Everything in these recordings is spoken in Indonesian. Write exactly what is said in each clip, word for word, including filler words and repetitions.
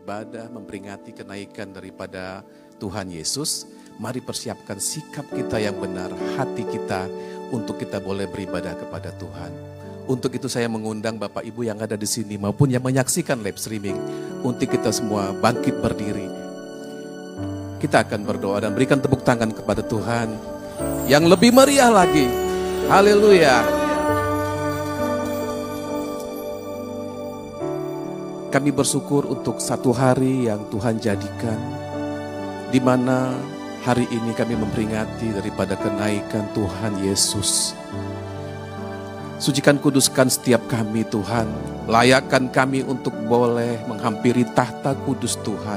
beribadah, memperingati kenaikan daripada Tuhan Yesus, mari persiapkan sikap kita yang benar, hati kita untuk kita boleh beribadah kepada Tuhan. Untuk itu saya mengundang Bapak Ibu yang ada di sini maupun yang menyaksikan live streaming, untuk kita semua bangkit berdiri. Kita akan berdoa dan berikan tepuk tangan kepada Tuhan yang lebih meriah lagi. Haleluya. Kami bersyukur untuk satu hari yang Tuhan jadikan, di mana hari ini kami memperingati daripada kenaikan Tuhan Yesus. Sucikan, kuduskan setiap kami Tuhan, layakkan kami untuk boleh menghampiri tahta kudus Tuhan.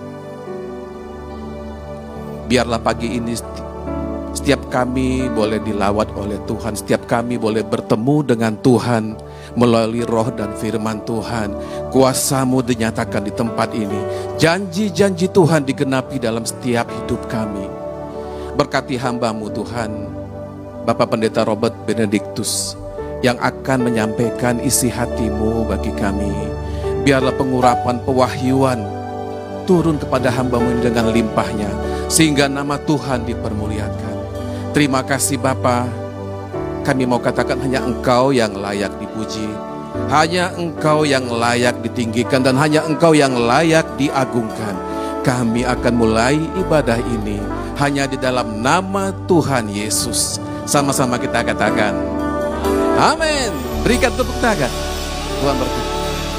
Biarlah pagi ini setiap kami boleh dilawat oleh Tuhan, setiap kami boleh bertemu dengan Tuhan melalui roh dan firman Tuhan. Kuasa-Mu dinyatakan di tempat ini. Janji-janji Tuhan digenapi dalam setiap hidup kami. Berkati hamba-Mu Tuhan, Bapak Pendeta Robert Benediktus, yang akan menyampaikan isi hati-Mu bagi kami. Biarlah pengurapan pewahyuan turun kepada hamba-Mu ini dengan limpahnya, sehingga nama Tuhan dipermuliakan. Terima kasih Bapa. Kami mau katakan hanya Engkau yang layak dipuji, hanya Engkau yang layak ditinggikan, dan hanya Engkau yang layak diagungkan. Kami akan mulai ibadah ini hanya di dalam nama Tuhan Yesus. Sama-sama kita katakan amin. Berikan tepuk tangan. Tuhan berkati.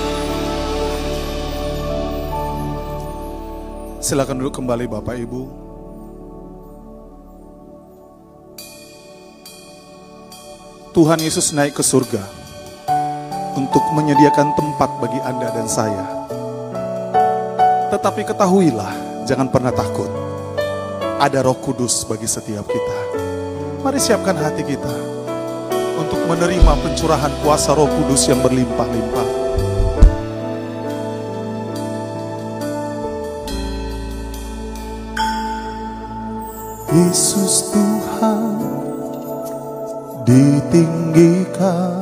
Silakan duduk kembali Bapak Ibu. Tuhan Yesus naik ke surga untuk menyediakan tempat bagi Anda dan saya. Tetapi ketahuilah, jangan pernah takut. Ada Roh Kudus bagi setiap kita. Mari siapkan hati kita untuk menerima pencurahan kuasa Roh Kudus yang berlimpah-limpah. Yesus Tuhan ditinggikan,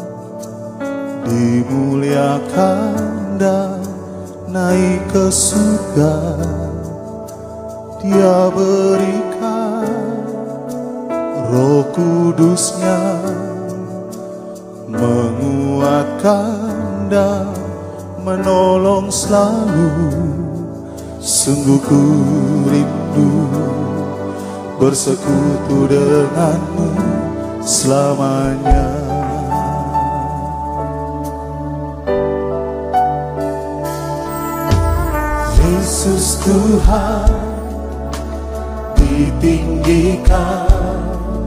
dimuliakan dan naik ke surga. Dia berikan Roh Kudus-Nya, menguatkan dan menolong selalu. Sungguh ku rindu bersekutu denganmu selamanya. Yesus Tuhan ditinggikan,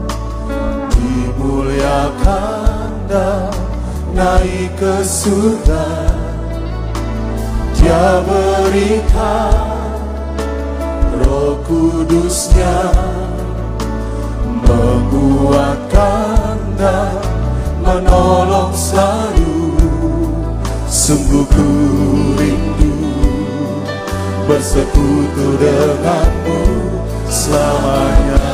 dimuliakan dan naik ke surga. Dia berikan Roh Kudus-Nya, menguatkan dan menolong selalu. Sungguh ku rindu bersekutu denganmu selamanya.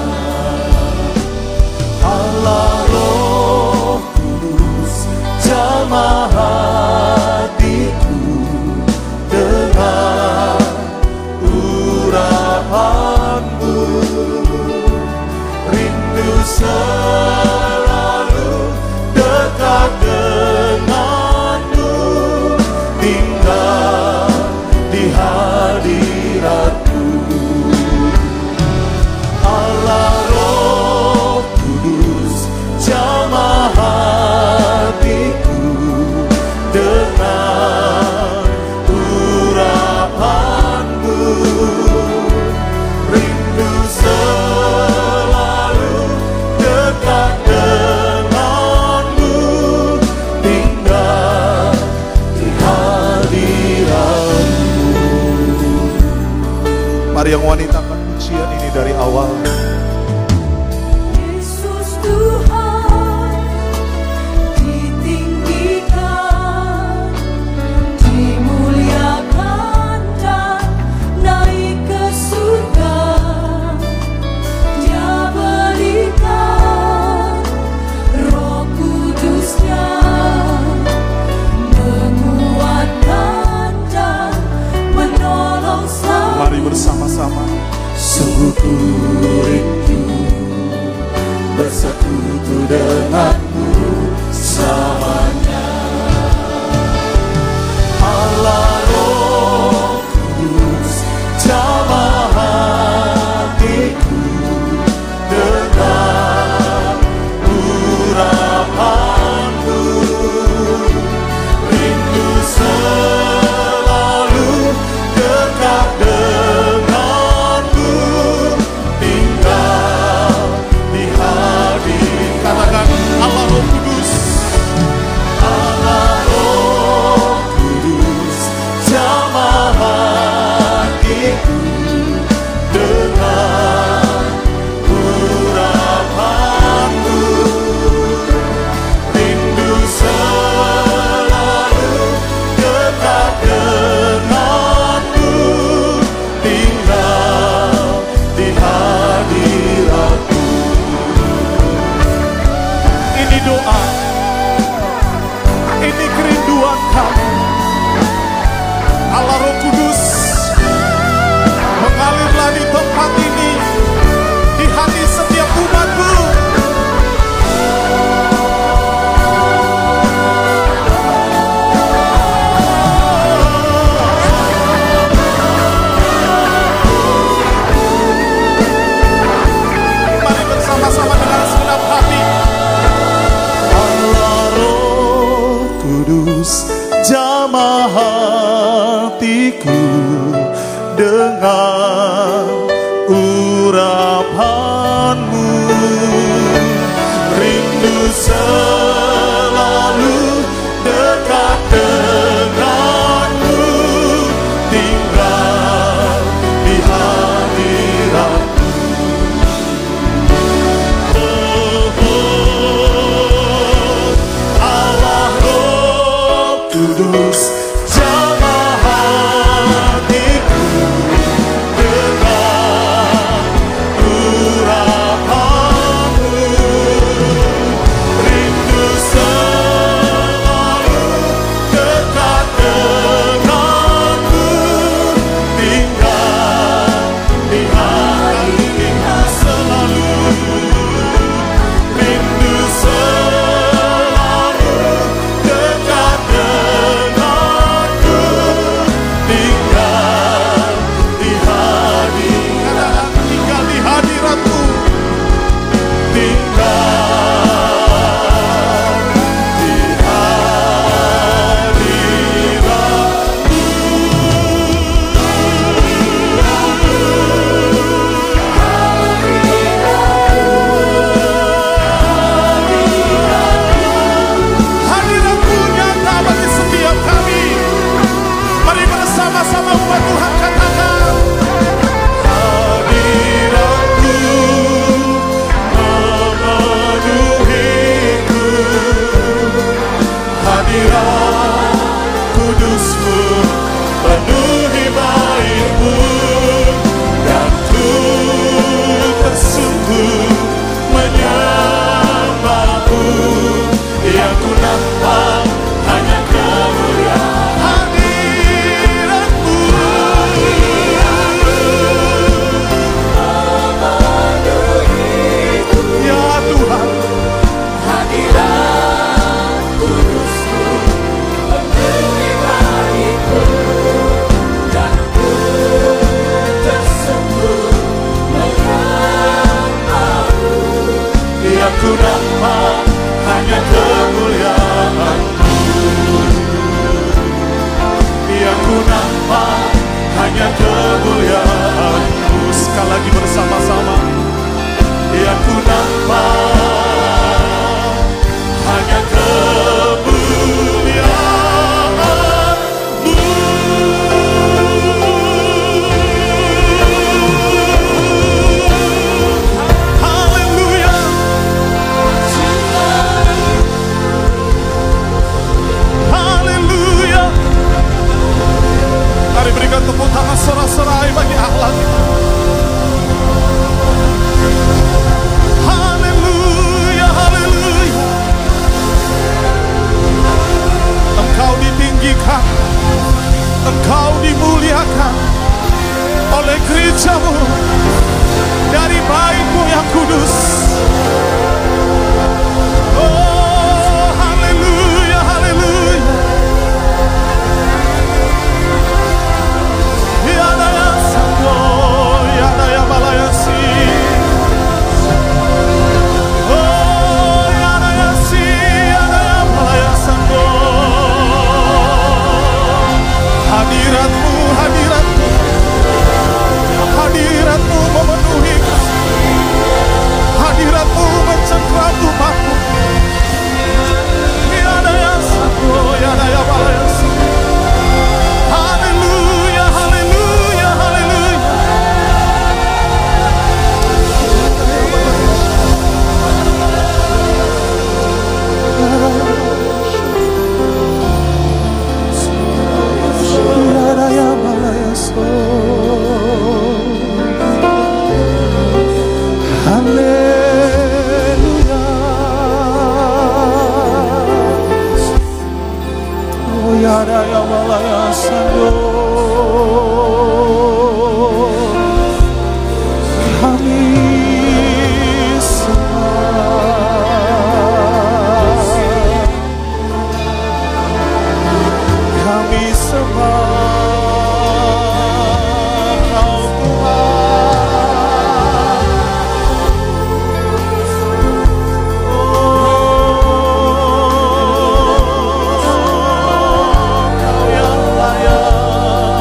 Allah Roh Kudus, jamah hatiku dengan urapanmu. Rindu selalu dekat denganmu, tinggal di hadiratmu. Allah Roh Kudus, jamah hatiku dengan urapanmu. Rindu selalu dekat denganmu, tinggal di hadiratmu. Mari yang wanita akan pujian ini dari awal. Yesus Tuhan ditinggikan, dimuliakan dan naik ke surga. Dia berikan Roh Kudus-Nya, menguatkan dan ku rindu bersekutu denganmu selamanya. Allah Roh Kudus, jamah hatiku dengan urapanmu, rindu selalu dekat denganmu, tinggal di hadirat. Katakan Allah Roh Kudus, Allah Roh Kudus, jamah hatiku dengan urapanmu, rindu selalu dekat denganmu, tinggal di hadiratmu. Ini doa, ini kerinduan kami. Allah Roh Kudus, mengalirlah di tempat ini, di hati setiap umat-Mu. Mari bersama-sama dengan segenap hati. Allah Roh Kudus, jamah hatiku dengan urapanmu, rindu selalu dekat denganmu, tinggal di hadiratmu. Oh, oh, Allah Roh Kudus, jamah hatiku dengan urapanmu, rindu selalu dekat denganmu, tinggal di hatiku selalu, rindu selalu dekat denganmu, tinggal di hadirat, tinggal di hadiratmu, tinggal di hadiratmu nyata bagi setiap kami. Mari bersama-sama umat Tuhan katakan, hadiratmu memenuhiku, hadirat kudusmu penuhi baitmu, dan ku tersungguh menyembahmu, yang ku nampak hanya kemuliaan hadiratmu. Ya Tuhan, hadirat kudusmu penuhi baitku, dan ku tersungguh menyembahmu, yang ku nampak hanya kemuliaan-Mu, yang ku nampak hanya kemuliaan-Mu. Sekali lagi bersama-sama, yang ku nampak hanya kemuliaan-Mu. Haleluya. Haleluya. Mari berikan tepuk tangan sorak-sorai bagi Allah kita. Haleluya, haleluya. Engkau ditinggikan, Engkau dimuliakan oleh gereja-Mu. dari bait-Mu yang kudus. Oh, haleluya, haleluya. Ya daya sando, ya daya balaya si. Oh, ya daya si, ya daya balaya sando. Hadirat-Mu, hadirat-Mu, hadirat-Mu memenuhi kami. Hadirat-Mu mencengkram umat-Mu. Ya daya sando, ya daya balaya si. Haleluya, haleluya, haleluya. Ya daya balaya so. Haleluya. Oh, ya daya balaya sando. Kami sembah, kami sembah Kau Tuhan. Oh, Kau yang layak.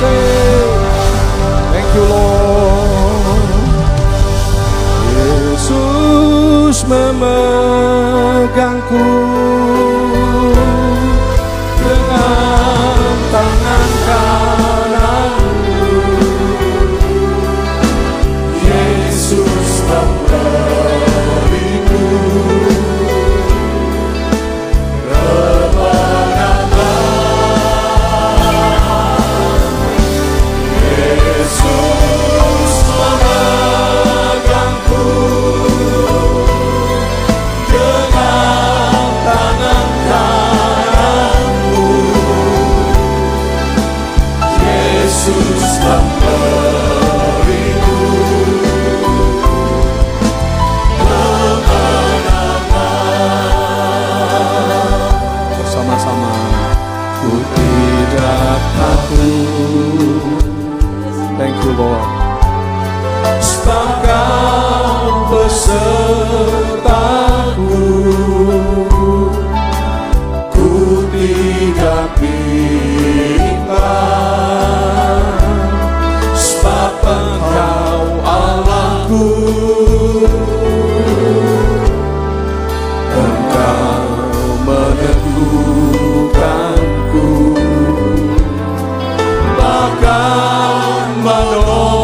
kasih. Thank you Lord. Yesus memegangku dengan tangan kananmu. Yesus memberiku besertaku, ku tidak bimbang, sebab Engkau Allahku, Engkau meneguhkanku, bahkan menolongku.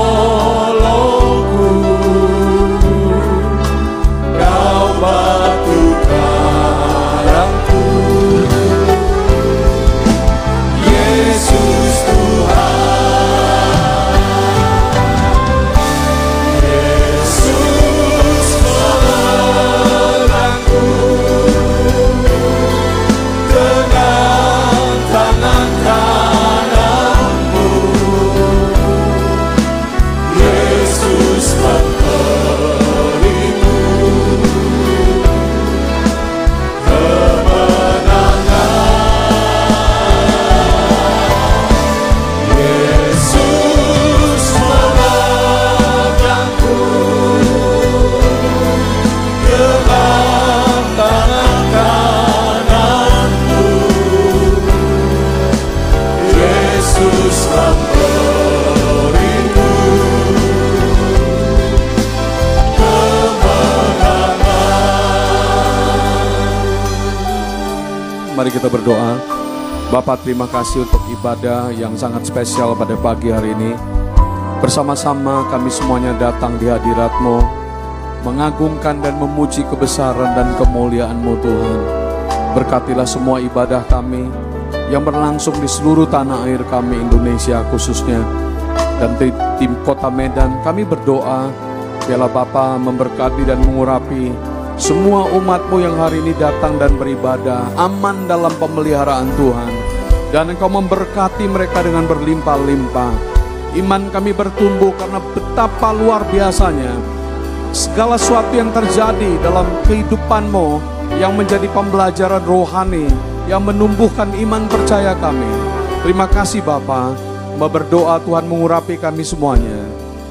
Mari kita berdoa. Bapa, terima kasih untuk ibadah yang sangat spesial pada pagi hari ini. Bersama-sama kami semuanya datang di hadirat-Mu, mengagungkan dan memuji kebesaran dan kemuliaan-Mu Tuhan. Berkatilah semua ibadah kami yang berlangsung di seluruh tanah air kami Indonesia khususnya. Dan di tim Kota Medan kami berdoa, biarlah Bapa memberkati dan mengurapi semua umat-Mu yang hari ini datang dan beribadah, aman dalam pemeliharaan Tuhan. Dan Engkau memberkati mereka dengan berlimpah-limpah. Iman kami bertumbuh karena betapa luar biasanya segala sesuatu yang terjadi dalam kehidupan-Mu yang menjadi pembelajaran rohani, yang menumbuhkan iman percaya kami. Terima kasih Bapa. Berdoa Tuhan mengurapi kami semuanya.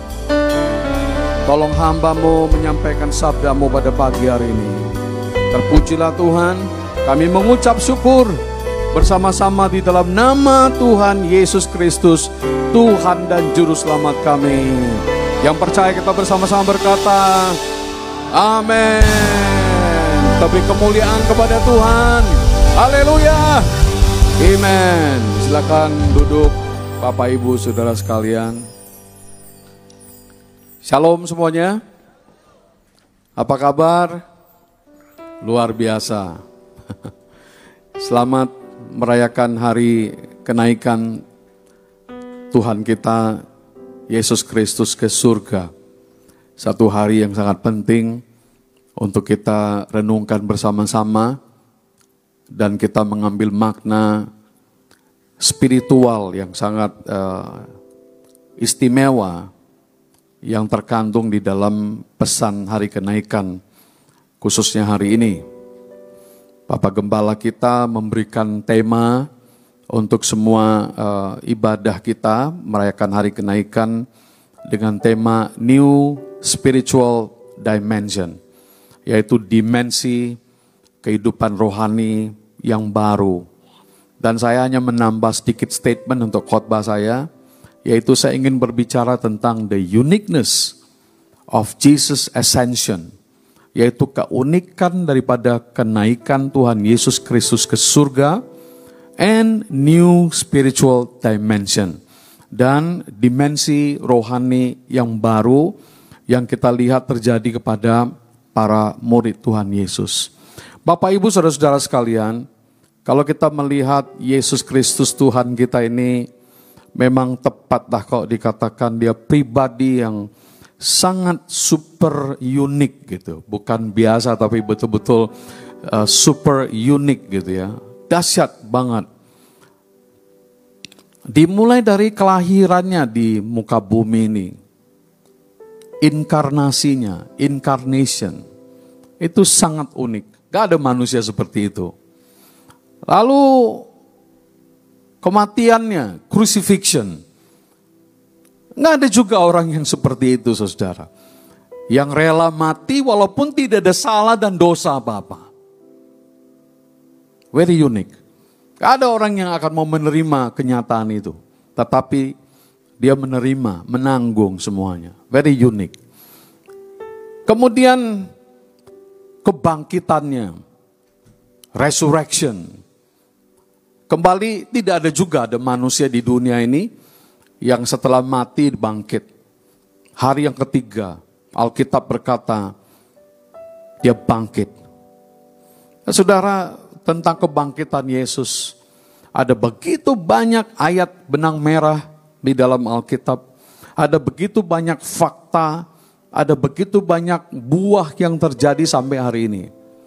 Tolong hamba-Mu menyampaikan sabda-Mu pada pagi hari ini. Terpujilah Tuhan, kami mengucap syukur bersama-sama di dalam nama Tuhan Yesus Kristus, Tuhan dan Juru Selamat kami. Yang percaya kita bersama-sama berkata, amin. Tapi kemuliaan kepada Tuhan. Haleluya. Amen. Silakan duduk Bapak Ibu Saudara sekalian. Shalom semuanya. Apa kabar? Luar biasa. Selamat merayakan hari kenaikan Tuhan kita Yesus Kristus ke surga. Satu hari yang sangat penting untuk kita renungkan bersama-sama dan kita mengambil makna spiritual yang sangat uh, istimewa yang terkandung di dalam pesan hari kenaikan, khususnya hari ini. Bapak Gembala kita memberikan tema untuk semua uh, ibadah kita, merayakan hari kenaikan dengan tema New Spiritual Dimension, yaitu dimensi kehidupan rohani yang baru. Dan saya hanya menambah sedikit statement untuk khotbah saya. yaitu saya ingin berbicara tentang the uniqueness of Jesus Ascension, yaitu keunikan daripada kenaikan Tuhan Yesus Kristus ke surga, and new spiritual dimension, dan dimensi rohani yang baru yang kita lihat terjadi kepada para murid Tuhan Yesus. Bapak Ibu Saudara-saudara sekalian, kalau kita melihat Yesus Kristus Tuhan kita ini memang tepatlah kalau dikatakan dia pribadi yang sangat super unik gitu. Bukan biasa tapi betul-betul uh, super unik gitu ya. Dahsyat banget. Dimulai dari kelahirannya di muka bumi ini. Inkarnasinya, incarnation. Itu sangat unik. Gak ada manusia seperti itu. Lalu kematiannya, crucifixion. Nggak ada juga orang yang seperti itu, saudara. Yang rela mati walaupun tidak ada salah dan dosa apa-apa. Very unique. Nggak ada orang yang akan mau menerima kenyataan itu. Tetapi dia menerima, menanggung semuanya. Very unique. Kemudian kebangkitannya, resurrection. Kembali tidak ada juga ada manusia di dunia ini yang setelah mati bangkit. Hari yang ketiga, Alkitab berkata, dia bangkit. Nah, saudara, tentang kebangkitan Yesus, ada begitu banyak ayat benang merah di dalam Alkitab. Ada begitu banyak fakta, ada begitu banyak buah yang terjadi sampai hari ini.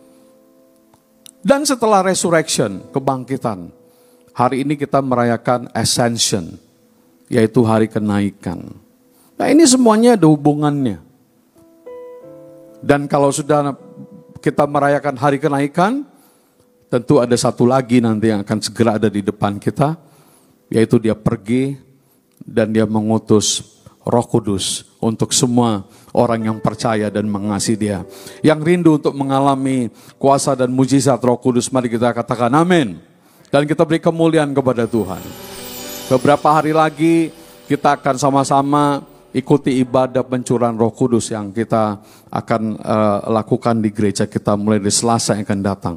Dan setelah resurrection, kebangkitan, hari ini kita merayakan ascension, yaitu hari kenaikan. Nah ini semuanya ada hubungannya. Dan kalau sudah kita merayakan hari kenaikan, tentu ada satu lagi nanti yang akan segera ada di depan kita, yaitu dia pergi dan dia mengutus Roh Kudus untuk semua orang yang percaya dan mengasihi dia. Yang rindu untuk mengalami kuasa dan mujizat Roh Kudus, mari kita katakan amin. Dan kita beri kemuliaan kepada Tuhan. Beberapa hari lagi kita akan sama-sama ikuti ibadah pencurahan Roh Kudus yang kita akan uh, lakukan di gereja kita mulai dari Selasa yang akan datang.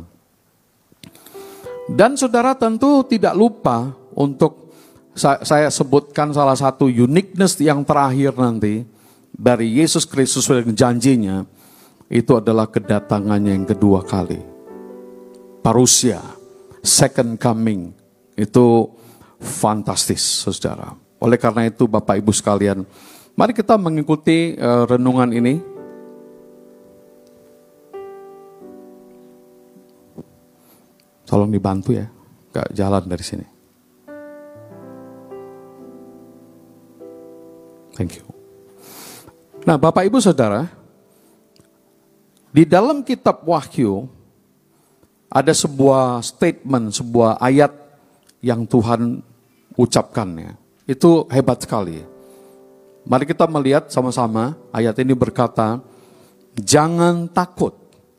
Dan saudara tentu tidak lupa untuk saya, saya sebutkan salah satu uniqueness yang terakhir nanti dari Yesus Kristus yang janjinya, itu adalah kedatangannya yang kedua kali. Parousia. Second coming, itu fantastis, saudara. Oleh karena itu, Bapak Ibu sekalian, mari kita mengikuti uh, renungan ini. Tolong dibantu ya, gak jalan dari sini. Thank you. Nah, Bapak Ibu Saudara, di dalam kitab Wahyu, ada sebuah statement, sebuah ayat yang Tuhan ucapkan ya. Itu hebat sekali. Mari kita melihat sama-sama, ayat ini berkata, jangan takut.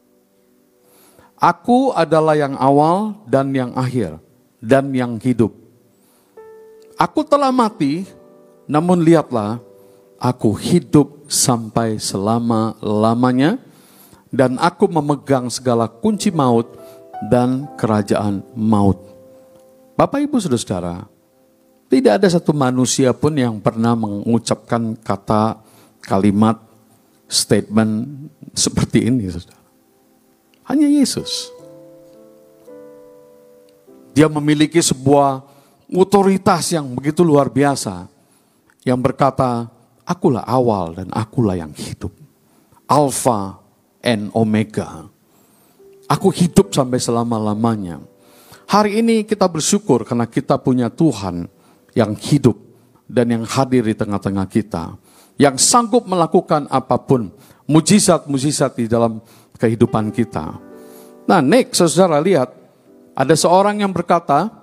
Aku adalah yang awal dan yang akhir, dan yang hidup. Aku telah mati, namun lihatlah, aku hidup sampai selama-lamanya, dan aku memegang segala kunci maut, dan kerajaan maut. Bapak Ibu Saudara, tidak ada satu manusia pun yang pernah mengucapkan kata, kalimat, statement seperti ini, saudara. Hanya Yesus. Dia memiliki sebuah otoritas yang begitu luar biasa, yang berkata, akulah awal dan akulah yang hidup. Alpha and Omega. Aku hidup sampai selama-lamanya. Hari ini kita bersyukur karena kita punya Tuhan yang hidup dan yang hadir di tengah-tengah kita. Yang sanggup melakukan apapun, mujizat-mujizat di dalam kehidupan kita. Nah, next, saudara lihat, ada seorang yang berkata,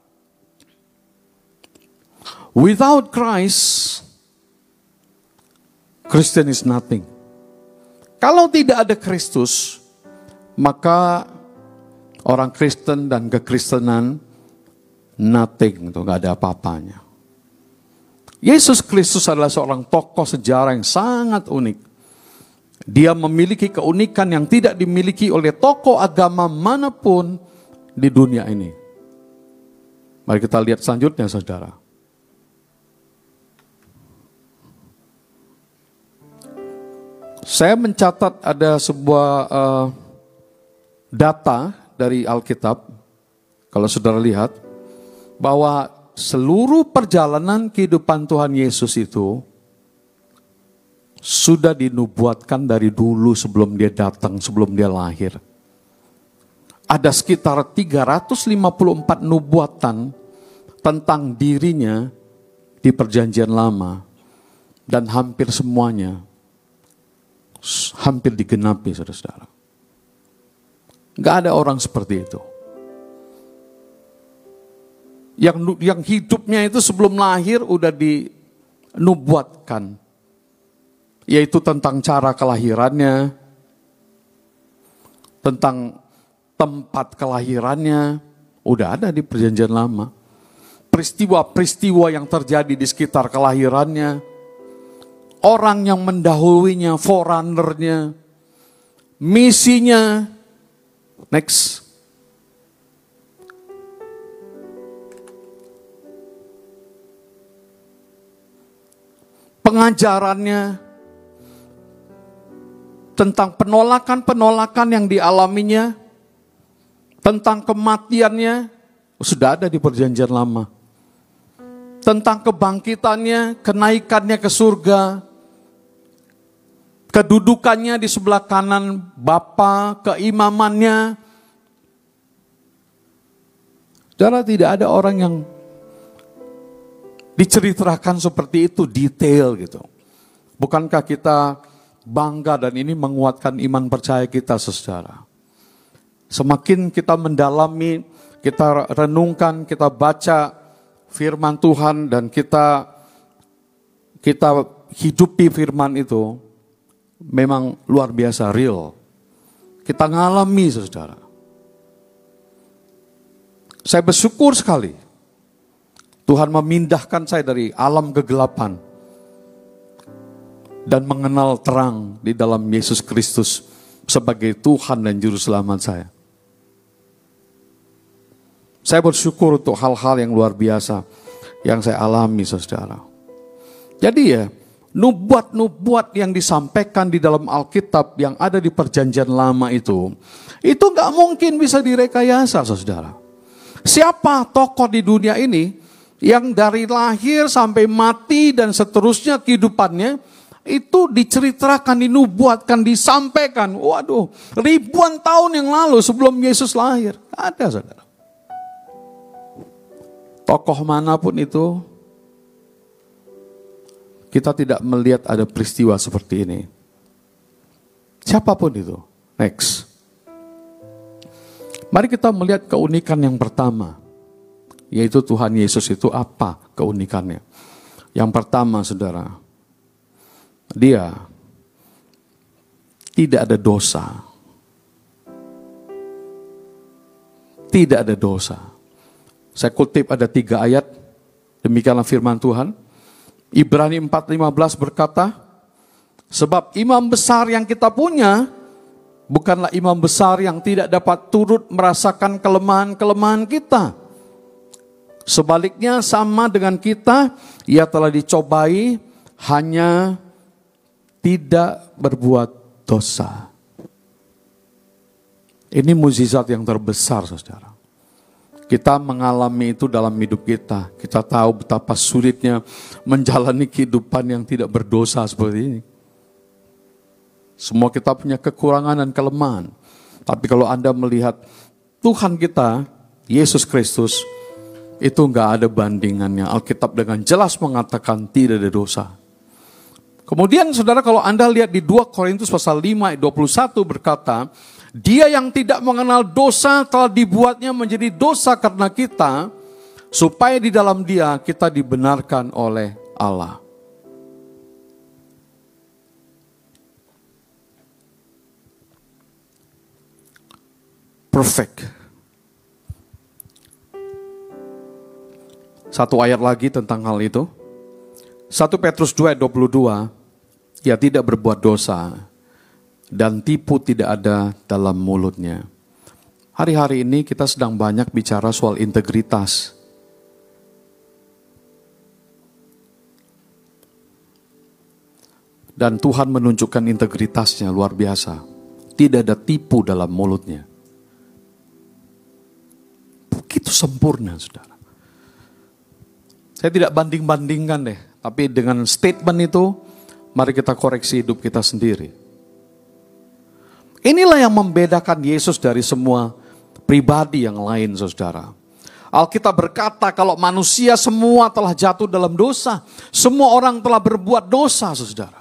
without Christ, Christian is nothing. Kalau tidak ada Kristus, maka orang Kristen dan kekristenan nothing, itu nggak ada apa-apanya. Yesus Kristus adalah seorang tokoh sejarah yang sangat unik. Dia memiliki keunikan yang tidak dimiliki oleh tokoh agama manapun di dunia ini. Mari kita lihat selanjutnya, saudara. Saya mencatat ada sebuah uh, data dari Alkitab. Kalau saudara lihat, bahwa seluruh perjalanan kehidupan Tuhan Yesus itu sudah dinubuatkan dari dulu sebelum dia datang, sebelum dia lahir. Ada sekitar tiga ratus lima puluh empat nubuatan tentang dirinya di perjanjian lama. Dan hampir semuanya hampir digenapi, saudara-saudara. Gak ada orang seperti itu. Yang, yang hidupnya itu sebelum lahir udah dinubuatkan. Yaitu tentang cara kelahirannya, tentang tempat kelahirannya, udah ada di perjanjian lama. Peristiwa-peristiwa yang terjadi di sekitar kelahirannya, orang yang mendahulunya, forerunner-nya, misinya. Next. Pengajarannya, tentang penolakan-penolakan yang dialaminya, tentang kematiannya, sudah ada di perjanjian lama. Tentang kebangkitannya, kenaikannya ke surga, kedudukannya di sebelah kanan Bapa, keimamannya. Saudara, tidak ada orang yang diceritakan seperti itu, detail gitu. Bukankah kita bangga dan ini menguatkan iman percaya kita, saudara. Semakin kita mendalami, kita renungkan, kita baca firman Tuhan dan kita kita hidupi firman itu, memang luar biasa, real. Kita ngalami, saudara. Saya bersyukur sekali Tuhan memindahkan saya dari alam kegelapan dan mengenal terang di dalam Yesus Kristus sebagai Tuhan dan Juru Selamat saya. Saya bersyukur untuk hal-hal yang luar biasa yang saya alami, saudara. Jadi ya, nubuat-nubuat yang disampaikan di dalam Alkitab yang ada di perjanjian lama itu, itu gak mungkin bisa direkayasa, saudara. Siapa tokoh di dunia ini yang dari lahir sampai mati dan seterusnya kehidupannya, itu diceritakan, dinubuatkan, disampaikan. Waduh, ribuan tahun yang lalu sebelum Yesus lahir. Ada, saudara. Tokoh manapun itu, kita tidak melihat ada peristiwa seperti ini. Siapapun itu. Next. Mari kita melihat keunikan yang pertama. Yaitu Tuhan Yesus itu apa keunikannya. Yang pertama, saudara. Dia tidak ada dosa. Tidak ada dosa. Saya kutip ada tiga ayat. Demikianlah firman Tuhan. Ibrani empat lima belas berkata, sebab imam besar yang kita punya bukanlah imam besar yang tidak dapat turut merasakan kelemahan-kelemahan kita. Sebaliknya sama dengan kita, ia telah dicobai, hanya tidak berbuat dosa. Ini mukjizat yang terbesar, saudara. Kita mengalami itu dalam hidup kita. Kita tahu betapa sulitnya menjalani kehidupan yang tidak berdosa seperti ini. Semua kita punya kekurangan dan kelemahan. Tapi kalau Anda melihat Tuhan kita, Yesus Kristus, itu enggak ada bandingannya. Alkitab dengan jelas mengatakan tidak ada dosa. Kemudian saudara, kalau Anda lihat di dua Korintus pasal lima ayat dua puluh satu berkata, dia yang tidak mengenal dosa telah dibuatnya menjadi dosa karena kita, supaya di dalam dia kita dibenarkan oleh Allah. Perfect. Satu ayat lagi tentang hal itu. satu Petrus dua ayat dua puluh dua, ia tidak berbuat dosa dan tipu tidak ada dalam mulutnya. Hari-hari ini kita sedang banyak bicara soal integritas. Dan Tuhan menunjukkan integritasnya luar biasa. Tidak ada tipu dalam mulutnya. Begitu sempurna, saudara. Saya tidak banding-bandingkan deh. Tapi dengan statement itu, mari kita koreksi hidup kita sendiri. Inilah yang membedakan Yesus dari semua pribadi yang lain, saudara. Alkitab berkata kalau manusia semua telah jatuh dalam dosa. Semua orang telah berbuat dosa, saudara.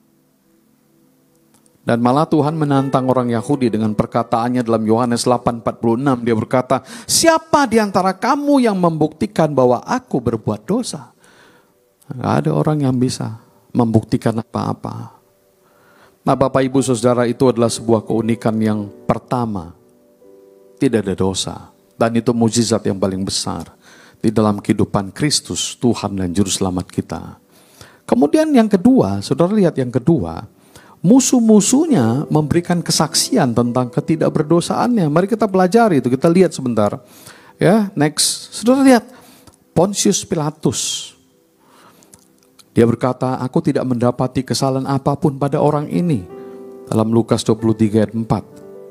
Dan malah Tuhan menantang orang Yahudi dengan perkataannya dalam Yohanes delapan empat puluh enam. Dia berkata, siapa di antara kamu yang membuktikan bahwa aku berbuat dosa? Tidak ada orang yang bisa membuktikan apa-apa. Nah Bapak Ibu Saudara, itu adalah sebuah keunikan yang pertama. Tidak ada dosa. Dan itu mukjizat yang paling besar di dalam kehidupan Kristus, Tuhan dan Juru Selamat kita. Kemudian yang kedua, saudara lihat yang kedua, musuh-musuhnya memberikan kesaksian tentang ketidakberdosaannya. Mari kita pelajari itu, kita lihat sebentar. Ya, next. Saudara lihat, Pontius Pilatus. Dia berkata, aku tidak mendapati kesalahan apapun pada orang ini. Dalam Lukas dua puluh tiga ayat empat.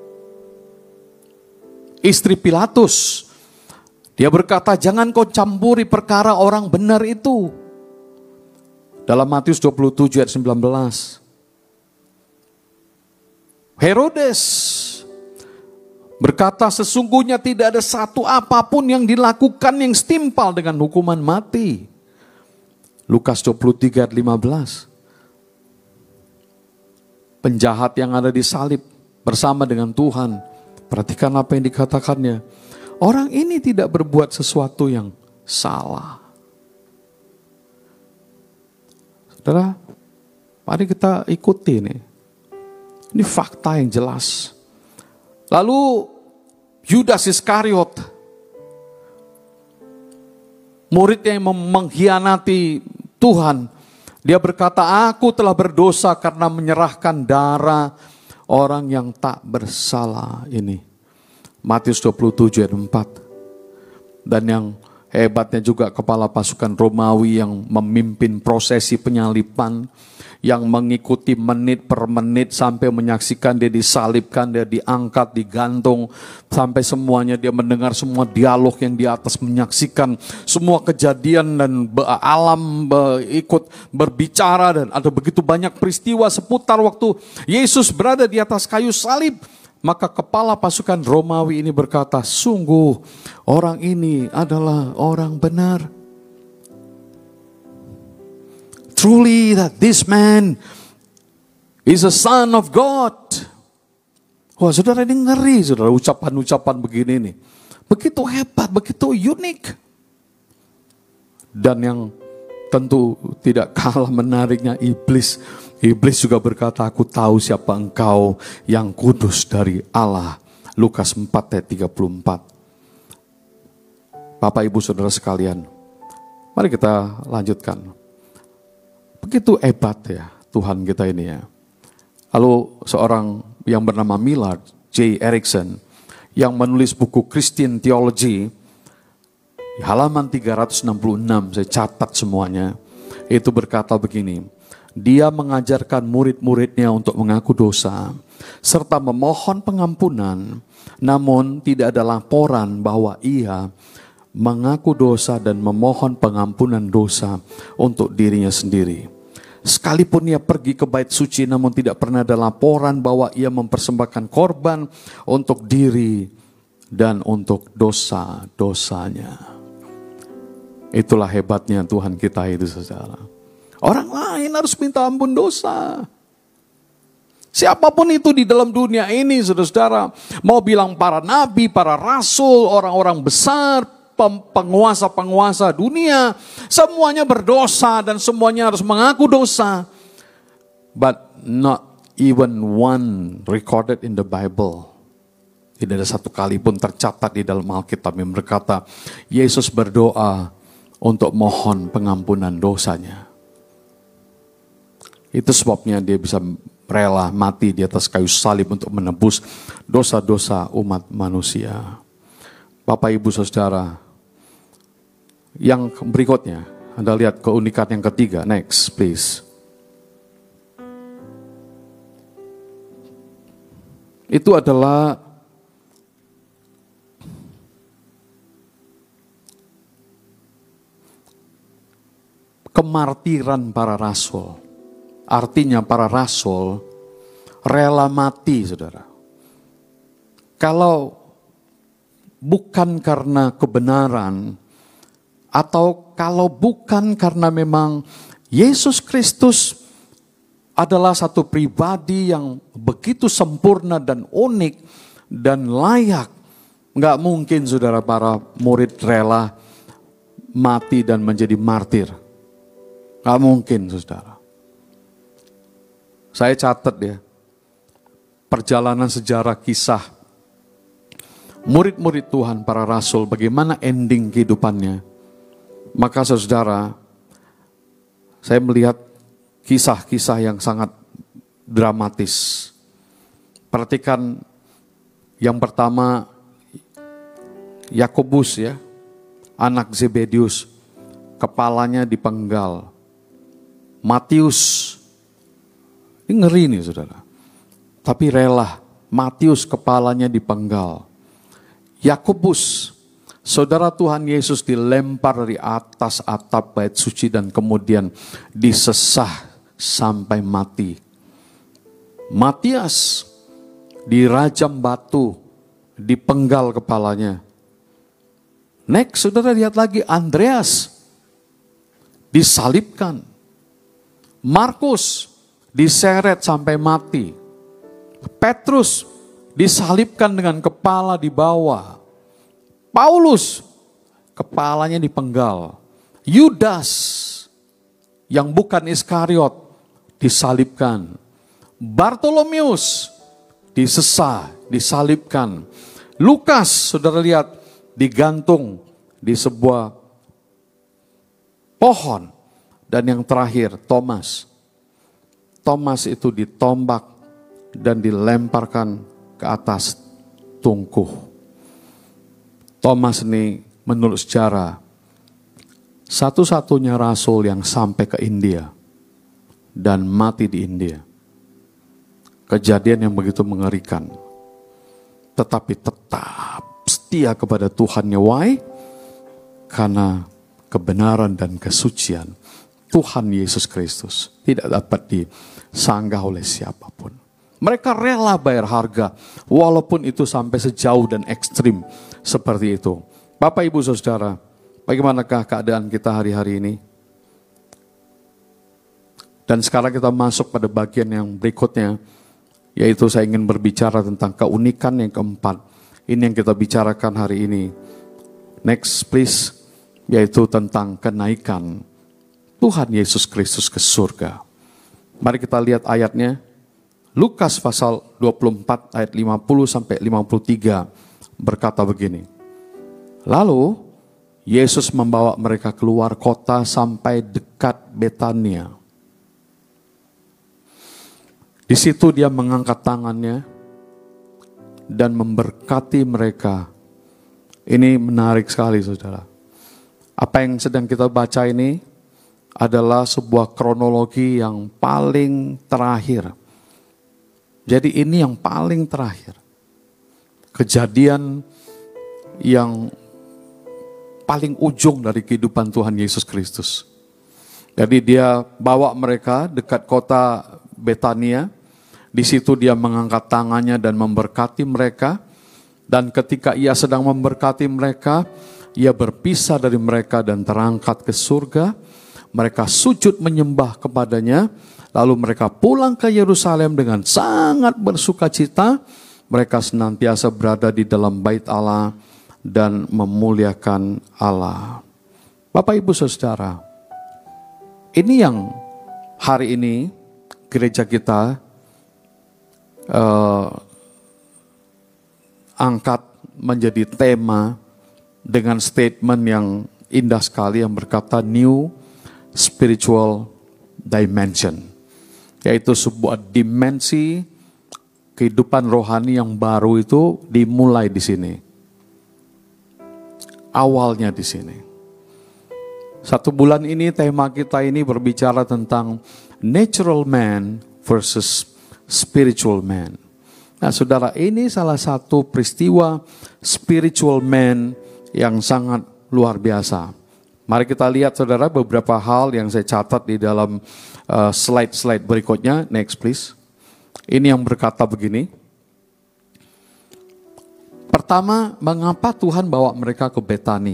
Istri Pilatus, dia berkata, jangan kau campuri perkara orang benar itu. Dalam Matius dua puluh tujuh ayat sembilan belas. Herodes berkata, sesungguhnya tidak ada satu apapun yang dilakukan yang setimpal dengan hukuman mati. Lukas dua puluh tiga ayat lima belas. Penjahat yang ada di salib bersama dengan Tuhan. Perhatikan apa yang dikatakannya. Orang ini tidak berbuat sesuatu yang salah. Saudara, mari kita ikuti nih. Ini fakta yang jelas. Lalu Yudas Iskariot, muridnya yang mengkhianati Tuhan, dia berkata, aku telah berdosa karena menyerahkan darah orang yang tak bersalah ini. Matius dua puluh tujuh ayat empat. Dan yang hebatnya juga kepala pasukan Romawi yang memimpin prosesi penyaliban, yang mengikuti menit per menit sampai menyaksikan dia disalibkan, dia diangkat, digantung, sampai semuanya dia mendengar semua dialog yang di atas, menyaksikan semua kejadian dan alam ikut berbicara, dan ada begitu banyak peristiwa seputar waktu Yesus berada di atas kayu salib. Maka kepala pasukan Romawi ini berkata, sungguh orang ini adalah orang benar. Truly that this man is a son of God. Wah, saudara, ini ngeri, saudara, ucapan-ucapan begini nih. Begitu hebat, begitu unik. Dan yang tentu tidak kalah menariknya iblis. Iblis juga berkata, aku tahu siapa engkau yang kudus dari Allah. Lukas empat ayat tiga puluh empat. Bapak Ibu Saudara sekalian, mari kita lanjutkan. Begitu hebat ya Tuhan kita ini ya. Lalu seorang yang bernama Millard J. Erickson yang menulis buku Christian Theology, halaman tiga ratus enam puluh enam, saya catat semuanya, itu berkata begini, dia mengajarkan murid-muridnya untuk mengaku dosa serta memohon pengampunan, namun tidak ada laporan bahwa ia mengaku dosa dan memohon pengampunan dosa untuk dirinya sendiri. Sekalipun ia pergi ke bait suci, namun tidak pernah ada laporan bahwa ia mempersembahkan korban untuk diri dan untuk dosa-dosanya. Itulah hebatnya Tuhan kita itu, saudara. Orang lain harus minta ampun dosa. Siapapun itu di dalam dunia ini, saudara-saudara, mau bilang para nabi, para rasul, orang-orang besar, penguasa-penguasa dunia, semuanya berdosa dan semuanya harus mengaku dosa. But not even one recorded in the Bible. Tidak ada satu kali pun tercatat di dalam Alkitab yang berkata Yesus berdoa untuk mohon pengampunan dosanya. Itu sebabnya dia bisa rela mati di atas kayu salib untuk menebus dosa-dosa umat manusia. Bapak, Ibu, Saudara, yang berikutnya, Anda lihat keunikan yang ketiga. Next, please. Itu adalah kemartiran para rasul. Artinya para rasul rela mati, saudara. Kalau bukan karena kebenaran, atau kalau bukan karena memang Yesus Kristus adalah satu pribadi yang begitu sempurna dan unik dan layak, nggak mungkin saudara para murid rela mati dan menjadi martir. Nggak mungkin, saudara. Saya catat ya, perjalanan sejarah kisah murid-murid Tuhan, para rasul, bagaimana ending kehidupannya. Maka saudara, saya melihat kisah-kisah yang sangat dramatis. Perhatikan yang pertama, Yakobus ya, anak Zebedius, kepalanya dipenggal. Matius, ini ngeri nih saudara, tapi rela, Matius kepalanya dipenggal. Yakobus, saudara Tuhan Yesus dilempar dari atas atap bait suci dan kemudian disesah sampai mati. Matias dirajam batu, dipenggal kepalanya. Next, saudara lihat lagi, Andreas disalibkan. Markus diseret sampai mati. Petrus disalibkan dengan kepala di bawah. Paulus kepalanya dipenggal. Yudas yang bukan Iskariot disalibkan. Bartolomeus disesah, disalibkan. Lukas, saudara lihat, digantung di sebuah pohon. Dan yang terakhir, Thomas. Thomas itu ditombak dan dilemparkan ke atas tungku. Thomas ini menurut sejarah satu-satunya rasul yang sampai ke India dan mati di India. Kejadian yang begitu mengerikan. Tetapi tetap setia kepada Tuhannya. Why? Karena kebenaran dan kesucian Tuhan Yesus Kristus tidak dapat disanggah oleh siapapun. Mereka rela bayar harga, walaupun itu sampai sejauh dan ekstrim seperti itu. Bapak, Ibu, Saudara, bagaimanakah keadaan kita hari-hari ini? Dan sekarang kita masuk pada bagian yang berikutnya, yaitu saya ingin berbicara tentang keunikan yang keempat. Ini yang kita bicarakan hari ini. Next please, yaitu tentang kenaikan Tuhan Yesus Kristus ke surga. Mari kita lihat ayatnya. Lukas pasal dua puluh empat ayat lima puluh sampai lima puluh tiga berkata begini. Lalu Yesus membawa mereka keluar kota sampai dekat Betania. Di situ dia mengangkat tangannya dan memberkati mereka. Ini menarik sekali, saudara. Apa yang sedang kita baca ini adalah sebuah kronologi yang paling terakhir. Jadi ini yang paling terakhir. Kejadian yang paling ujung dari kehidupan Tuhan Yesus Kristus. Jadi dia bawa mereka dekat kota Betania. Di situ dia mengangkat tangannya dan memberkati mereka. Dan ketika ia sedang memberkati mereka, ia berpisah dari mereka dan terangkat ke surga. Mereka sujud menyembah kepadanya. Lalu mereka pulang ke Yerusalem dengan sangat bersukacita. Mereka senantiasa berada di dalam bait Allah dan memuliakan Allah. Bapak, Ibu, Saudara, ini yang hari ini gereja kita uh, angkat menjadi tema dengan statement yang indah sekali yang berkata New Spiritual Dimension. yaitu sebuah dimensi kehidupan rohani yang baru itu dimulai di sini. Awalnya di sini. Satu bulan ini tema kita ini berbicara tentang natural man versus spiritual man. Nah saudara, ini salah satu peristiwa spiritual man yang sangat luar biasa. Mari kita lihat saudara beberapa hal yang saya catat di dalam uh, slide-slide berikutnya. Next please. Ini yang berkata begini. Pertama, mengapa Tuhan bawa mereka ke Betani?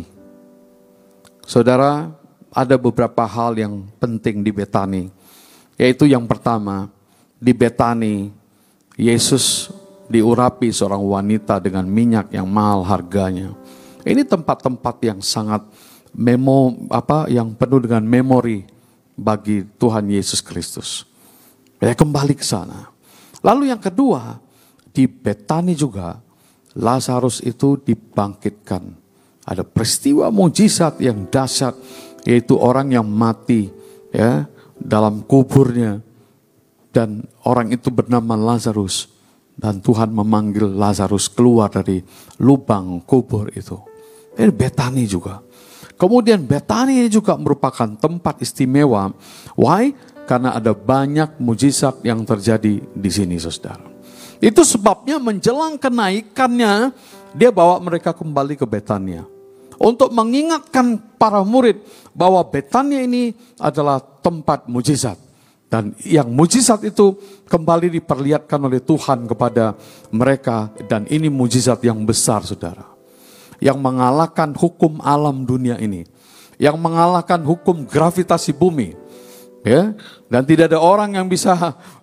Saudara, ada beberapa hal yang penting di Betani. Yaitu yang pertama, di Betani Yesus diurapi seorang wanita dengan minyak yang mahal harganya. Ini tempat-tempat yang sangat memo apa yang penuh dengan memori bagi Tuhan Yesus Kristus. Ya, kembali ke sana. Lalu yang kedua, di Betani juga Lazarus itu dibangkitkan. Ada peristiwa mujizat yang dahsyat, yaitu orang yang mati ya dalam kuburnya, dan orang itu bernama Lazarus, dan Tuhan memanggil Lazarus keluar dari lubang kubur itu. Ini Betani juga. Kemudian Betani ini juga merupakan tempat istimewa. Why? Karena ada banyak mujizat yang terjadi di sini, saudara. Itu sebabnya menjelang kenaikannya, dia bawa mereka kembali ke Betania. Untuk mengingatkan para murid bahwa Betania ini adalah tempat mujizat. Dan yang mujizat itu kembali diperlihatkan oleh Tuhan kepada mereka. Dan ini mujizat yang besar, saudara. Yang mengalahkan hukum alam dunia ini. Yang mengalahkan hukum gravitasi bumi. Ya, dan tidak ada orang yang bisa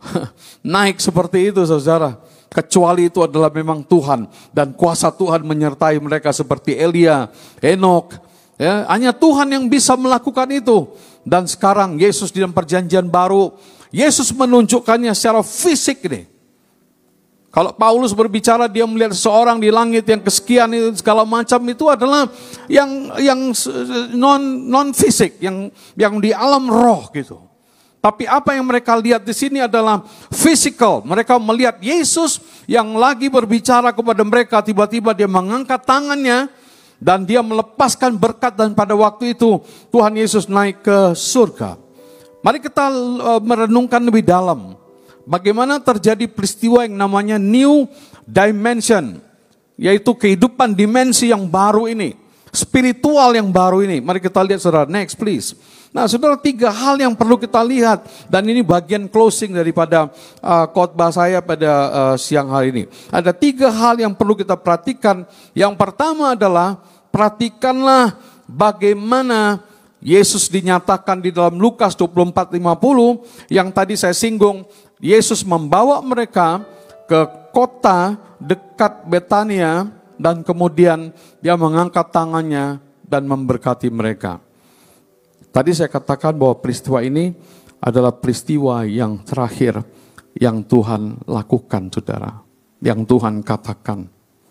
naik seperti itu, saudara. Kecuali itu adalah memang Tuhan. Dan kuasa Tuhan menyertai mereka seperti Elia, Henok. Ya, hanya Tuhan yang bisa melakukan itu. Dan sekarang Yesus di dalam perjanjian baru, Yesus menunjukkannya secara fisik nih. Kalau Paulus berbicara dia melihat seseorang di langit yang kesekian itu segala macam, itu adalah yang yang non non fisik, yang yang di alam roh gitu. Tapi apa yang mereka lihat di sini adalah physical. Mereka melihat Yesus yang lagi berbicara kepada mereka, tiba-tiba dia mengangkat tangannya dan dia melepaskan berkat, dan pada waktu itu Tuhan Yesus naik ke surga. Mari kita uh, merenungkan lebih dalam. Bagaimana terjadi peristiwa yang namanya new dimension, yaitu kehidupan dimensi yang baru ini, spiritual yang baru ini. Mari kita lihat saudara, next please. Nah saudara, tiga hal yang perlu kita lihat, dan ini bagian closing daripada uh, khotbah saya pada uh, siang hari ini. Ada tiga hal yang perlu kita perhatikan. Yang pertama adalah, perhatikanlah bagaimana Yesus dinyatakan di dalam Lukas dua puluh empat lima puluh, yang tadi saya singgung. Yesus membawa mereka ke kota dekat Betania, dan kemudian dia mengangkat tangannya dan memberkati mereka. Tadi saya katakan bahwa peristiwa ini adalah peristiwa yang terakhir yang Tuhan lakukan, saudara. Yang Tuhan katakan.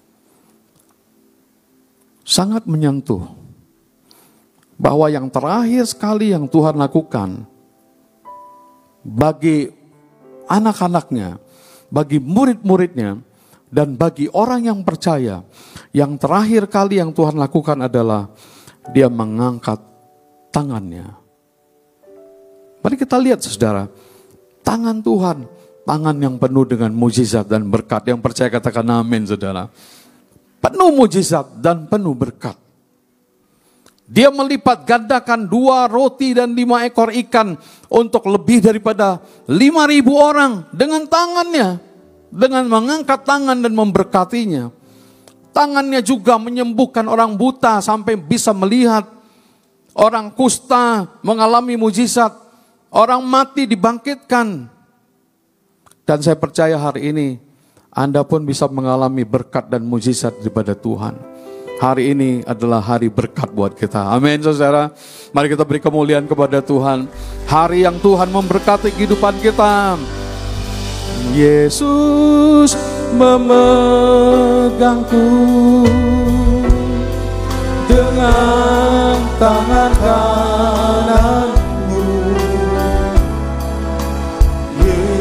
Sangat menyentuh. Bahwa yang terakhir sekali yang Tuhan lakukan bagi anak-anaknya, bagi murid-muridnya, dan bagi orang yang percaya, yang terakhir kali yang Tuhan lakukan adalah dia mengangkat tangannya. Mari kita lihat saudara, tangan Tuhan, tangan yang penuh dengan mujizat dan berkat. Yang percaya katakan amin saudara. Penuh mujizat dan penuh berkat. Dia melipat gandakan dua roti dan lima ekor ikan untuk lebih daripada lima ribu orang dengan tangannya. Dengan mengangkat tangan dan memberkatinya. Tangannya juga menyembuhkan orang buta sampai bisa melihat. Orang kusta mengalami mujizat. Orang mati dibangkitkan. Dan saya percaya hari ini Anda pun bisa mengalami berkat dan mujizat daripada Tuhan. Hari ini adalah hari berkat buat kita. Amin saudara. Mari kita beri kemuliaan kepada Tuhan. Hari yang Tuhan memberkati kehidupan kita. Yesus memegangku dengan tangan kananmu. Yesus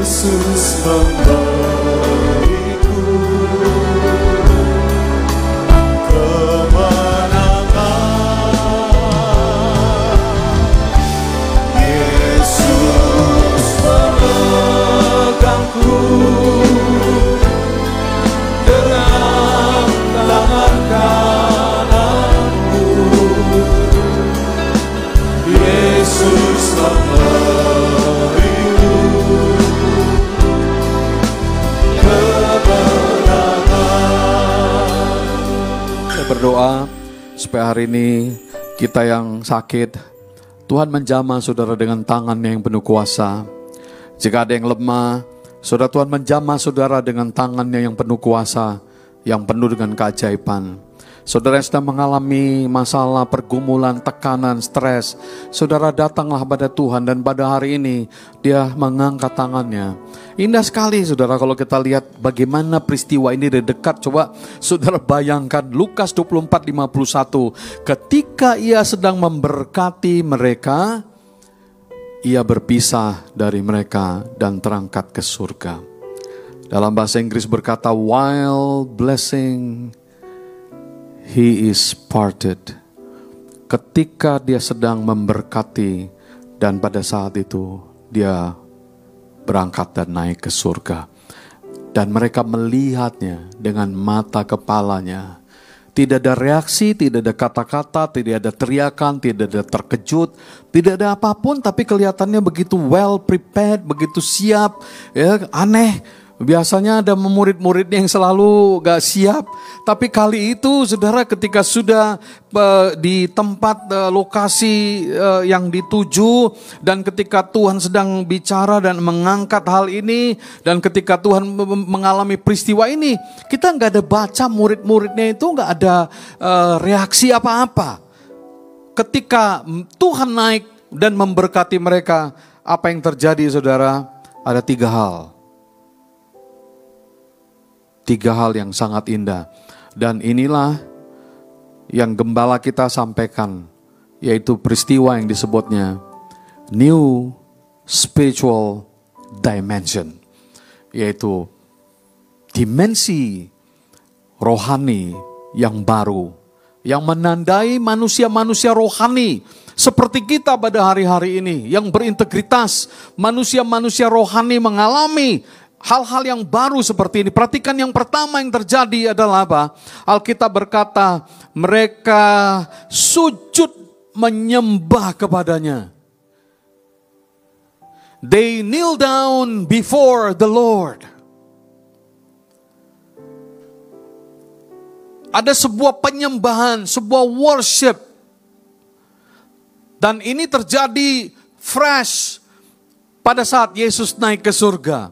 berdoa supaya hari ini kita yang sakit, Tuhan menjamah saudara dengan tangan-Nya yang penuh kuasa. Jika ada yang lemah, saudara, Tuhan menjamah saudara dengan tangan-Nya yang penuh kuasa, yang penuh dengan keajaiban. Saudara yang sedang mengalami masalah, pergumulan, tekanan, stres, saudara datanglah pada Tuhan dan pada hari ini Dia mengangkat tangannya. Indah sekali saudara kalau kita lihat bagaimana peristiwa ini dari dekat. Coba saudara bayangkan Lukas dua puluh empat lima puluh satu. Ketika Ia sedang memberkati mereka, Ia berpisah dari mereka dan terangkat ke surga. Dalam bahasa Inggris berkata, while blessing, He is parted. Ketika Dia sedang memberkati, dan pada saat itu Dia berangkat dan naik ke surga. Dan mereka melihatnya dengan mata kepalanya. Tidak ada reaksi, tidak ada kata-kata, tidak ada teriakan, tidak ada terkejut, tidak ada apapun, tapi kelihatannya begitu well prepared, begitu siap, ya, aneh. Biasanya ada murid-muridnya yang selalu gak siap. Tapi kali itu saudara ketika sudah uh, di tempat uh, lokasi uh, yang dituju. Dan ketika Tuhan sedang bicara dan mengangkat hal ini. Dan ketika Tuhan mengalami peristiwa ini. Kita gak ada baca murid-muridnya itu gak ada uh, reaksi apa-apa. Ketika Tuhan naik dan memberkati mereka. Apa yang terjadi saudara? Ada tiga hal. Tiga hal yang sangat indah. Dan inilah yang gembala kita sampaikan. Yaitu peristiwa yang disebutnya New Spiritual Dimension. Yaitu dimensi rohani yang baru. Yang menandai manusia-manusia rohani. Seperti kita pada hari-hari ini. Yang berintegritas. Manusia-manusia rohani mengalami hal-hal yang baru seperti ini. Perhatikan yang pertama yang terjadi adalah apa? Alkitab berkata, mereka sujud menyembah kepadanya. They kneel down before the Lord. Ada sebuah penyembahan, sebuah worship. Dan ini terjadi fresh pada saat Yesus naik ke surga.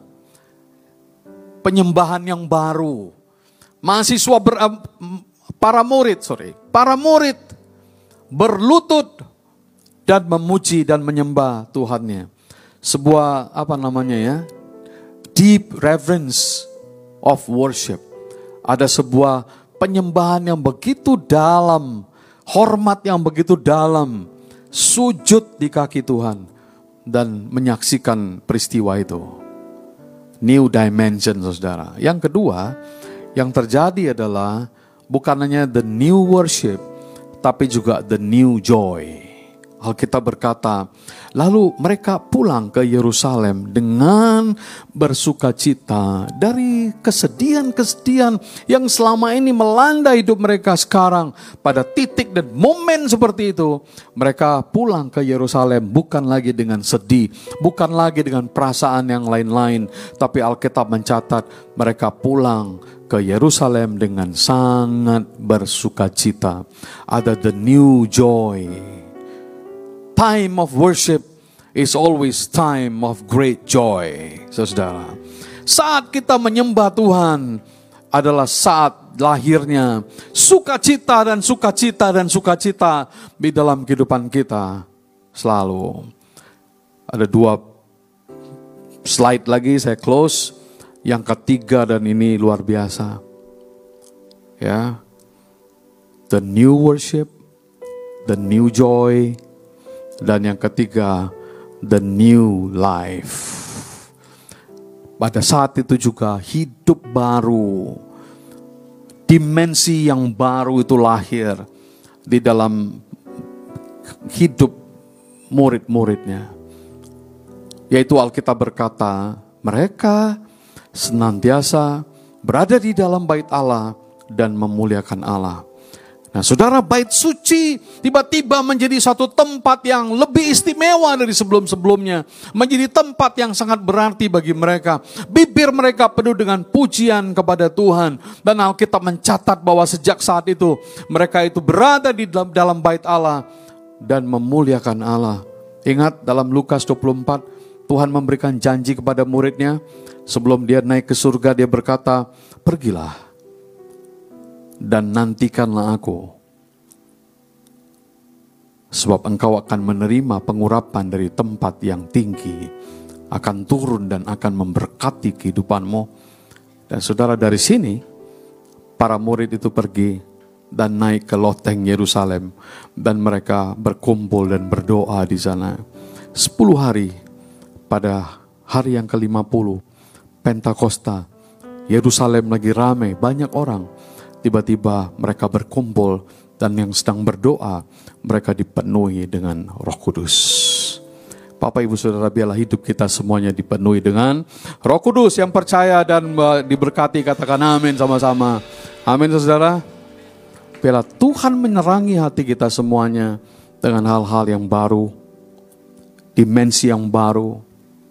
Penyembahan yang baru. Mahasiswa ber, para murid, sorry, para murid berlutut dan memuji dan menyembah Tuhannya. Sebuah apa namanya ya? Deep reverence of worship. Ada sebuah penyembahan yang begitu dalam, hormat yang begitu dalam, sujud di kaki Tuhan dan menyaksikan peristiwa itu. New dimension saudara. Yang kedua yang terjadi adalah bukan hanya the new worship, tapi juga the new joy. Alkitab berkata, lalu mereka pulang ke Yerusalem dengan bersukacita dari kesedihan-kesedihan yang selama ini melanda hidup mereka sekarang. Pada titik dan momen seperti itu, mereka pulang ke Yerusalem bukan lagi dengan sedih, bukan lagi dengan perasaan yang lain-lain, tapi Alkitab mencatat mereka pulang ke Yerusalem dengan sangat bersukacita. Ada the new joy. Time of worship is always time of great joy, saudara. Saat kita menyembah Tuhan adalah saat lahirnya sukacita dan sukacita dan sukacita di dalam kehidupan kita selalu. Ada dua slide lagi saya close. Yang ketiga dan ini luar biasa. Ya. The new worship, the new joy. Dan yang ketiga, the new life. Pada saat itu juga hidup baru, dimensi yang baru itu lahir di dalam hidup murid-muridnya. Yaitu Alkitab berkata, mereka senantiasa berada di dalam bait Allah dan memuliakan Allah. Nah saudara, bait suci tiba-tiba menjadi satu tempat yang lebih istimewa dari sebelum-sebelumnya. Menjadi tempat yang sangat berarti bagi mereka. Bibir mereka penuh dengan pujian kepada Tuhan. Dan Alkitab mencatat bahwa sejak saat itu mereka itu berada di dalam, dalam bait Allah dan memuliakan Allah. Ingat dalam Lukas dua puluh empat, Tuhan memberikan janji kepada muridnya. Sebelum dia naik ke surga, dia berkata, pergilah dan nantikanlah aku. Sebab engkau akan menerima pengurapan dari tempat yang tinggi. Akan turun dan akan memberkati kehidupanmu. Dan saudara, dari sini, para murid itu pergi dan naik ke loteng Yerusalem. Dan mereka berkumpul dan berdoa di sana. Sepuluh hari, pada hari yang ke lima puluh, Pentakosta, Yerusalem lagi ramai, banyak orang. Tiba-tiba mereka berkumpul dan yang sedang berdoa, mereka dipenuhi dengan Roh Kudus. Bapak Ibu Saudara, biarlah hidup kita semuanya dipenuhi dengan Roh Kudus. Yang percaya dan diberkati katakan amin sama-sama. Amin Saudara. Biarlah Tuhan menerangi hati kita semuanya dengan hal-hal yang baru, dimensi yang baru.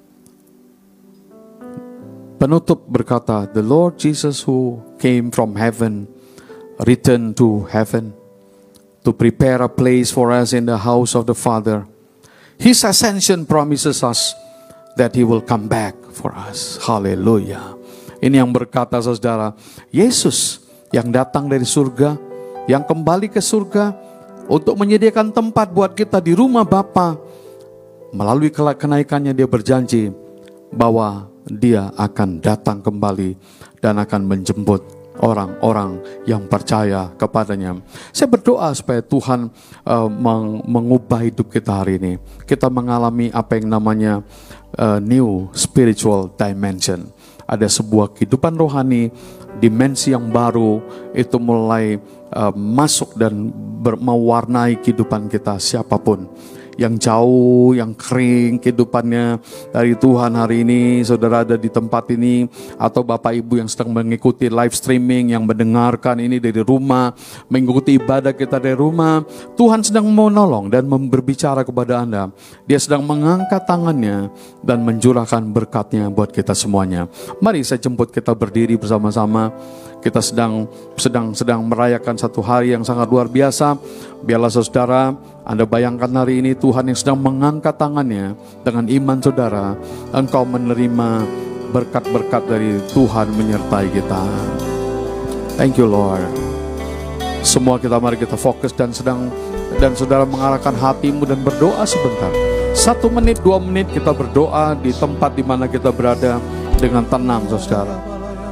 Penutup berkata, the Lord Jesus who came from heaven, returned to heaven, to prepare a place for us in the house of the Father. His ascension promises us that He will come back for us. Haleluya. Ini yang berkata saudara, Yesus yang datang dari surga, yang kembali ke surga, untuk menyediakan tempat buat kita di rumah Bapa. Melalui kenaikannya dia berjanji, bahwa dia akan datang kembali dan akan menjemput orang-orang yang percaya kepadanya. Saya berdoa supaya Tuhan uh, meng- mengubah hidup kita hari ini. Kita mengalami apa yang namanya uh, new spiritual dimension. Ada sebuah kehidupan rohani, dimensi yang baru itu mulai uh, masuk dan ber- mewarnai kehidupan kita siapapun. Yang jauh, yang kering kehidupannya dari Tuhan hari ini, saudara ada di tempat ini, atau Bapak Ibu yang sedang mengikuti live streaming, yang mendengarkan ini dari rumah, mengikuti ibadah kita dari rumah, Tuhan sedang menolong dan berbicara kepada Anda. Dia sedang mengangkat tangannya dan menjurahkan berkatnya buat kita semuanya. Mari saya jemput kita berdiri bersama-sama. Kita sedang sedang sedang merayakan satu hari yang sangat luar biasa. Biarlah saudara, Anda bayangkan hari ini Tuhan yang sedang mengangkat tangannya. Dengan iman saudara, engkau menerima berkat-berkat dari Tuhan menyertai kita. Thank you Lord. Semua kita mari kita fokus dan sedang dan saudara mengarahkan hatimu dan berdoa sebentar. Satu menit, dua menit kita berdoa di tempat di mana kita berada dengan tenang saudara.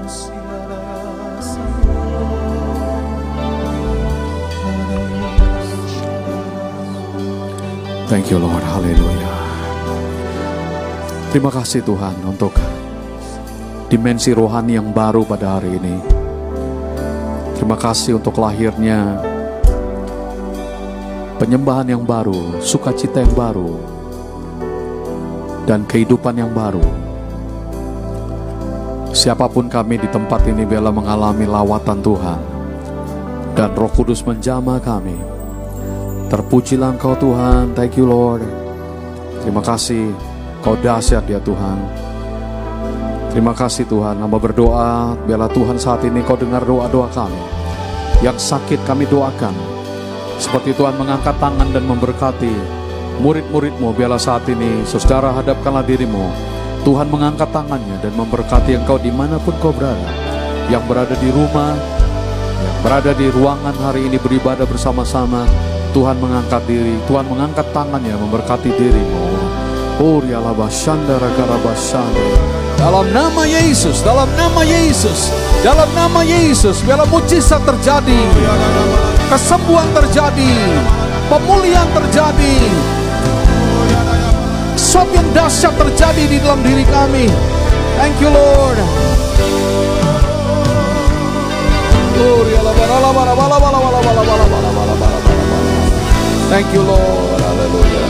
Thank you Lord, haleluya. Terima kasih Tuhan untuk dimensi rohani yang baru pada hari ini. Terima kasih untuk lahirnya penyembahan yang baru, sukacita yang baru, dan kehidupan yang baru. Siapapun kami di tempat ini biarlah mengalami lawatan Tuhan, dan Roh Kudus menjamah kami. Terpujilah Engkau Tuhan, thank you Lord. Terima kasih, Kau dahsyat ya Tuhan. Terima kasih Tuhan, hamba berdoa, biarlah Tuhan saat ini Kau dengar doa-doa kami. Yang sakit kami doakan, seperti Tuhan mengangkat tangan dan memberkati murid-murid-Mu. Biarlah saat ini, saudara hadapkanlah dirimu. Tuhan mengangkat tangannya dan memberkati engkau dimanapun kau berada. Yang berada di rumah, yang berada di ruangan hari ini beribadah bersama-sama. Tuhan mengangkat diri, Tuhan mengangkat tangannya memberkati dirimu. Dalam nama Yesus, dalam nama Yesus, dalam nama Yesus, biarlah mujizat terjadi, kesembuhan terjadi, pemulihan terjadi, sesuatu yang dahsyat terjadi di dalam diri kami. Thank you Lord. Thank you Lord. Haleluya.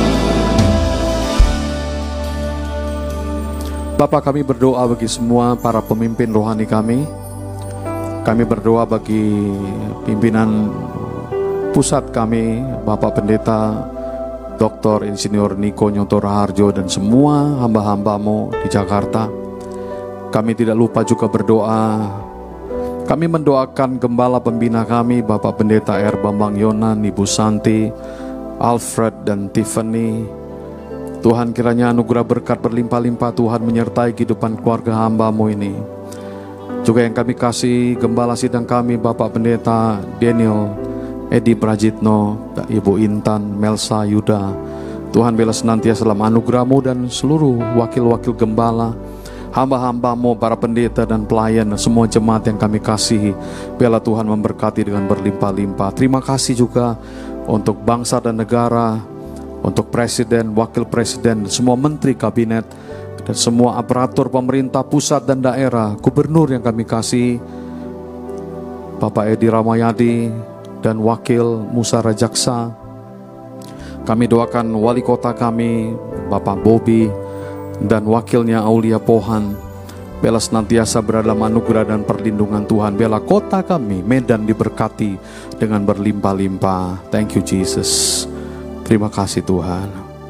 Bapak, kami berdoa bagi semua para pemimpin rohani kami. Kami berdoa bagi pimpinan pusat kami, Bapak Pendeta doktor Insinyur Niko Nyoto Raharjo dan semua hamba-hambamu di Jakarta. Kami tidak lupa juga berdoa. Kami mendoakan gembala pembina kami, Bapak Pendeta R. Bambang Yonan, Ibu Santi, Alfred dan Tiffany. Tuhan kiranya anugerah berkat berlimpah-limpah Tuhan menyertai kehidupan keluarga hamba-Mu ini. Juga yang kami kasih gembala sidang kami, Bapak Pendeta Daniel Edi Prajitno, Ibu Intan, Melsa, Yuda. Tuhan bela senantiasa dalam anugerah-Mu dan seluruh wakil-wakil gembala, hamba-hamba-Mu, para pendeta dan pelayan, dan semua jemaat yang kami kasihi. Biarlah Tuhan memberkati dengan berlimpah-limpah. Terima kasih juga untuk bangsa dan negara, untuk presiden, wakil presiden, semua menteri kabinet, dan semua aparatur pemerintah pusat dan daerah, gubernur yang kami kasih, Bapak Edi Ramayadi dan Wakil Musa Rajaksa. Kami doakan wali kota kami, Bapak Bobi, dan wakilnya Aulia Pohan. Biarlah senantiasa berada dalam anugerah dan perlindungan Tuhan. Biarlah kota kami, Medan, diberkati dengan berlimpah-limpah. Thank you Jesus. Terima kasih Tuhan.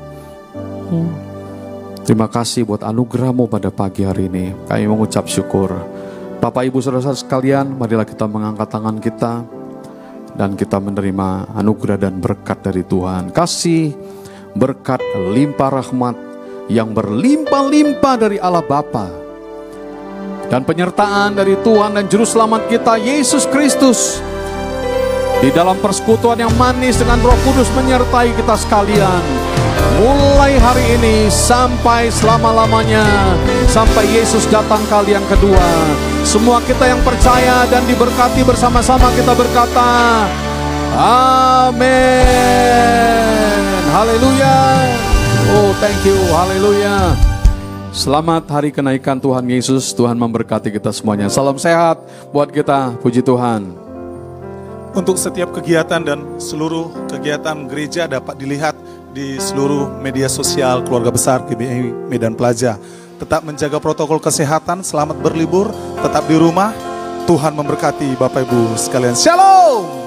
Terima kasih buat anugerah-Mu pada pagi hari ini. Kami mengucap syukur. Bapak Ibu Saudara sekalian, marilah kita mengangkat tangan kita dan kita menerima anugerah dan berkat dari Tuhan. Kasih, berkat, limpah rahmat yang berlimpah-limpah dari Allah Bapa, dan penyertaan dari Tuhan dan Juru Selamat kita Yesus Kristus, di dalam persekutuan yang manis dengan Roh Kudus menyertai kita sekalian, mulai hari ini sampai selama-lamanya, sampai Yesus datang kali yang kedua. Semua kita yang percaya dan diberkati bersama-sama kita berkata, amin. Haleluya. Oh, thank you. Haleluya. Selamat hari kenaikan Tuhan Yesus. Tuhan memberkati kita semuanya. Salam sehat buat kita. Puji Tuhan. Untuk setiap kegiatan dan seluruh kegiatan gereja dapat dilihat di seluruh media sosial Keluarga Besar G B I Medan Plaza. Tetap menjaga protokol kesehatan, selamat berlibur, tetap di rumah. Tuhan memberkati Bapak Ibu sekalian. Shalom.